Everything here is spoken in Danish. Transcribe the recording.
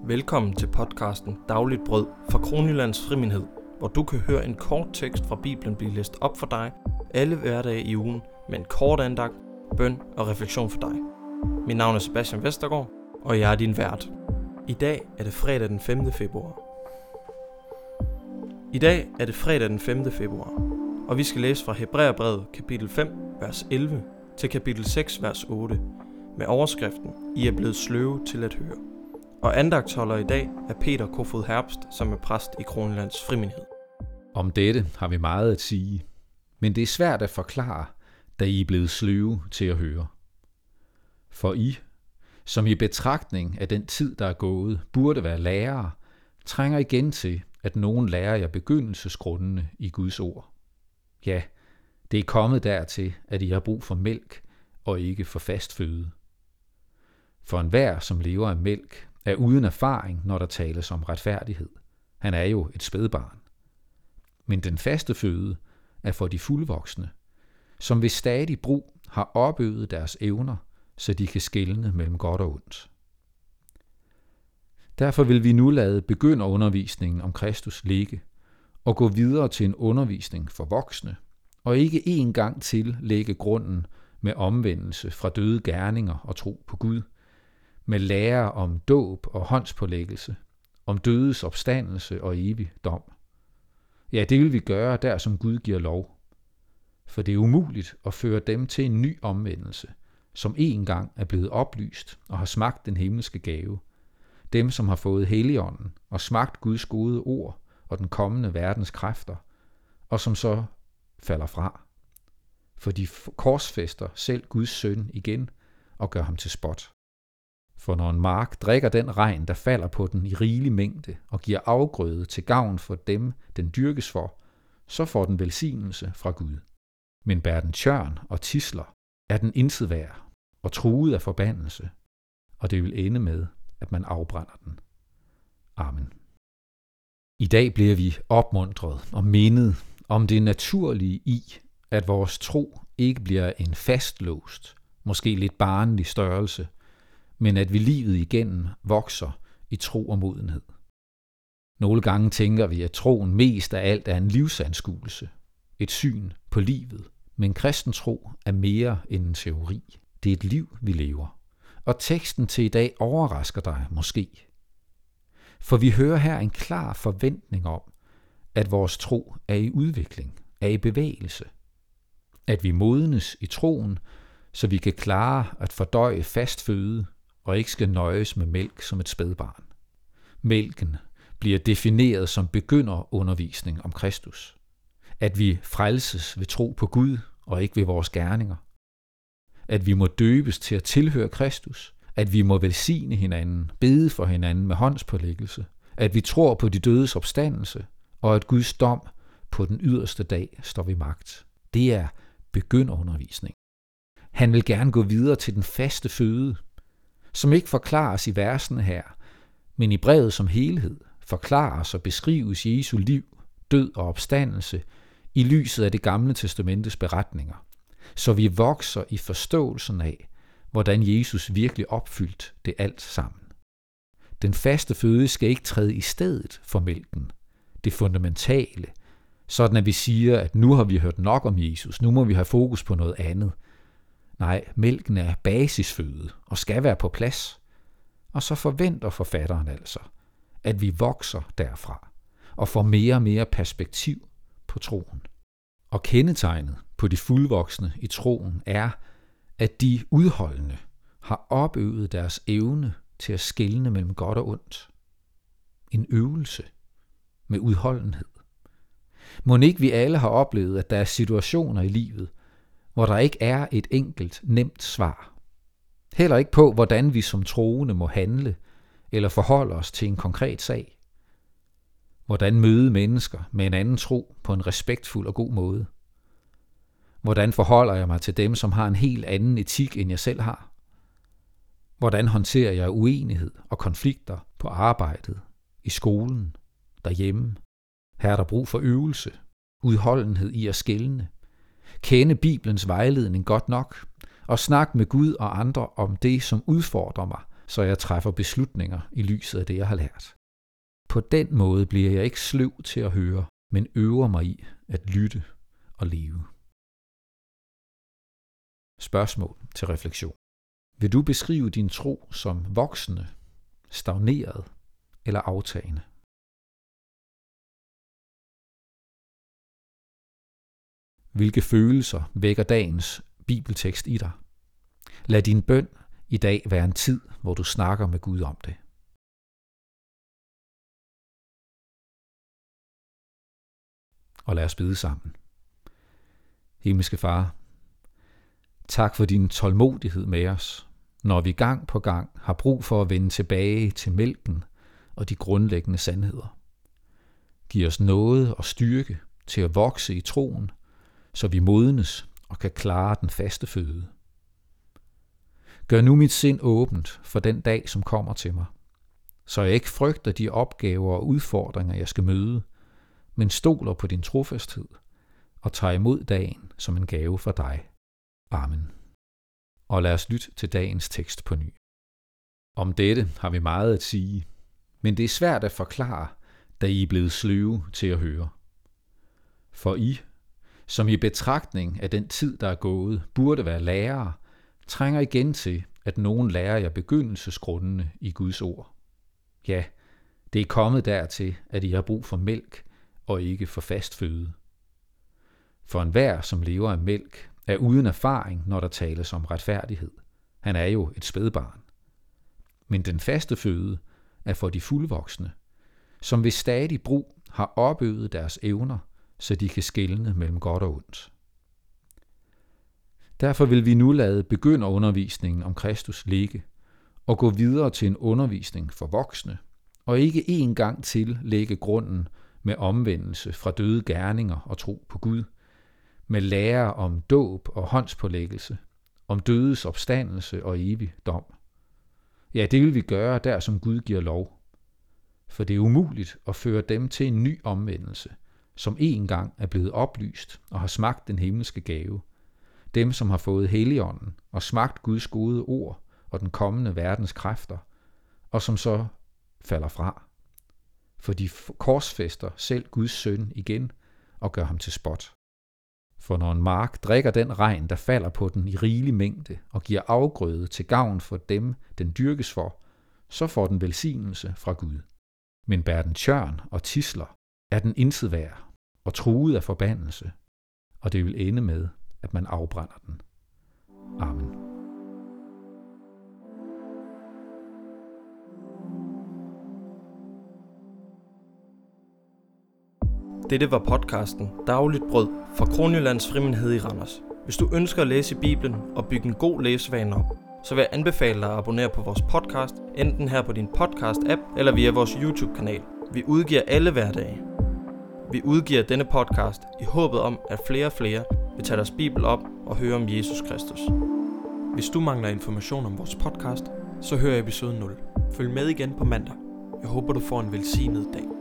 Velkommen til podcasten Dagligt Brød fra Kronjyllands Frimenighed, hvor du kan høre en kort tekst fra Bibelen blive læst op for dig alle hverdage i ugen med en kort andagt, bøn og refleksion for dig. Mit navn er Sebastian Vestergaard, og jeg er din vært. I dag er det fredag den 5. februar. Og vi skal læse fra Hebræerbrevet kapitel 5, vers 11 til kapitel 6, vers 8, med overskriften I er blevet sløve til at høre. Og andagtsholder i dag er Peter Kofod Herbst, som er præst i Kronjyllands Frimenighed. Om dette har vi meget at sige, men det er svært at forklare, da I er blevet sløve til at høre. For I, som i betragtning af den tid, der er gået, burde være lærere, trænger igen til, at nogen lærer jer begyndelsesgrundene i Guds ord. Ja, det er kommet dertil, at I har brug for mælk og ikke for fast føde. For enhver, som lever af mælk, er uden erfaring, når der tales om retfærdighed. Han er jo et spædbarn. Men den faste føde er for de fuldvoksne, som ved stadig brug har opøvet deres evner, så de kan skelne mellem godt og ondt. Derfor vil vi nu lade begynderundervisningen om Kristus ligge og gå videre til en undervisning for voksne, og ikke en gang til lægge grunden med omvendelse fra døde gerninger og tro på Gud, med lære om dåb og håndspålæggelse, om dødes opstandelse og evig dom. Ja, det vil vi gøre der, som Gud giver lov. For det er umuligt at føre dem til en ny omvendelse, som en gang er blevet oplyst og har smagt den himmelske gave. Dem, som har fået Helligånden og smagt Guds gode ord og den kommende verdens kræfter, og som så falder fra. For de korsfæster selv Guds søn igen og gør ham til spot. For når en mark drikker den regn, der falder på den i rigelig mængde og giver afgrøde til gavn for dem, den dyrkes for, så får den velsignelse fra Gud. Men bærer den tjørn og tisler, er den intet værd og truet af forbandelse, og det vil ende med, at man afbrænder den. Amen. I dag bliver vi opmuntret og mindet om det naturlige i, at vores tro ikke bliver en fastlåst, måske lidt barnlig størrelse, men at vi livet igennem vokser i tro og modenhed. Nogle gange tænker vi, at troen mest af alt er en livsanskuelse, et syn på livet, men kristen tro er mere end en teori. Det er et liv, vi lever. Og teksten til i dag overrasker dig måske. For vi hører her en klar forventning om, at vores tro er i udvikling, er i bevægelse. At vi modnes i troen, så vi kan klare at fordøje fast føde og ikke skal nøjes med mælk som et spædbarn. Mælken bliver defineret som begynderundervisning om Kristus. At vi frelses ved tro på Gud og ikke ved vores gerninger. At vi må døbes til at tilhøre Kristus. At vi må velsigne hinanden, bede for hinanden med håndspålæggelse. At vi tror på de dødes opstandelse, og at Guds dom på den yderste dag står ved magt. Det er begynderundervisning. Han vil gerne gå videre til den faste føde, som ikke forklares i versene her, men i brevet som helhed forklares og beskrives Jesu liv, død og opstandelse i lyset af det gamle testamentes beretninger, så vi vokser i forståelsen af, hvordan Jesus virkelig opfyldt det alt sammen. Den faste føde skal ikke træde i stedet for mælken, det fundamentale, sådan at vi siger, at nu har vi hørt nok om Jesus, nu må vi have fokus på noget andet. Nej, mælken er basisføde og skal være på plads. Og så forventer forfatteren altså, at vi vokser derfra og får mere og mere perspektiv på troen. Og kendetegnet på de fuldvoksne i troen er, at de udholdende har opøvet deres evne til at skelne mellem godt og ondt. En øvelse med udholdenhed. Mon ikke vi alle har oplevet, at der er situationer i livet, hvor der ikke er et enkelt, nemt svar. Heller ikke på, hvordan vi som troende må handle eller forholde os til en konkret sag. Hvordan møde mennesker med en anden tro på en respektfuld og god måde. Hvordan forholder jeg mig til dem, som har en helt anden etik, end jeg selv har? Hvordan håndterer jeg uenighed og konflikter på arbejdet, i skolen, derhjemme? Her er der brug for øvelse, udholdenhed i at skelne, kende Bibelens vejledning godt nok og snak med Gud og andre om det, som udfordrer mig så jeg træffer beslutninger i lyset af det, jeg har lært. På den måde bliver jeg ikke sløv til at høre, men øver mig i at lytte og leve. Spørgsmål til refleksion. Vil du beskrive din tro som voksende, stagneret eller aftagende? Hvilke følelser vækker dagens bibeltekst i dig? Lad din bøn i dag være en tid, hvor du snakker med Gud om det. Og lad os bede sammen. Himmelske Far, tak for din tålmodighed med os, når vi gang på gang har brug for at vende tilbage til mælken og de grundlæggende sandheder. Giv os nåde og styrke til at vokse i troen, så vi modnes og kan klare den faste føde. Gør nu mit sind åbent for den dag, som kommer til mig, så jeg ikke frygter de opgaver og udfordringer, jeg skal møde, men stoler på din trofasthed og tager imod dagen som en gave fra dig. Amen. Og lad os lytte til dagens tekst på ny. Om dette har vi meget at sige, men det er svært at forklare, da I er blevet sløve til at høre. For I, som i betragtning af den tid, der er gået, burde være lærere, trænger igen til, at nogen lærer jer begyndelsesgrundene i Guds ord. Ja, det er kommet dertil, at I har brug for mælk og ikke for fast føde. For enhver, som lever af mælk, er uden erfaring, når der tales om retfærdighed. Han er jo et spædbarn. Men den faste føde er for de fuldvoksne, som ved stadig brug har opøvet deres evner, så de kan skelne mellem godt og ondt. Derfor vil vi nu lade begynderundervisningen om Kristus ligge og gå videre til en undervisning for voksne, og ikke en gang til lægge grunden med omvendelse fra døde gerninger og tro på Gud, med lære om dåb og håndspålæggelse, om dødes opstandelse og evig dom. Ja, det vil vi gøre der, som Gud giver lov. For det er umuligt at føre dem til en ny omvendelse, som en gang er blevet oplyst og har smagt den himmelske gave. Dem, som har fået Helligånden og smagt Guds gode ord og den kommende verdens kræfter, og som så falder fra. For de korsfæster selv Guds søn igen og gør ham til spot. For når en mark drikker den regn, der falder på den i rigelig mængde og giver afgrøde til gavn for dem, den dyrkes for, så får den velsignelse fra Gud. Men bærer den tjørn og tisler, er den intet værd og truet af forbandelse, og det vil ende med, at man afbrænder den. Amen. Dette var podcasten Dagligt Brød fra Kronjyllands Frimenhed i Randers. Hvis du ønsker at læse i Bibelen og bygge en god læsevane op, så vil jeg anbefale dig at abonnere på vores podcast, enten her på din podcast-app eller via vores YouTube-kanal. Vi udgiver alle hverdage. Vi udgiver denne podcast i håbet om, at flere og flere vil tage deres Bibel op og høre om Jesus Kristus. Hvis du mangler information om vores podcast, så hør episode 0. Følg med igen på mandag. Jeg håber, du får en velsignet dag.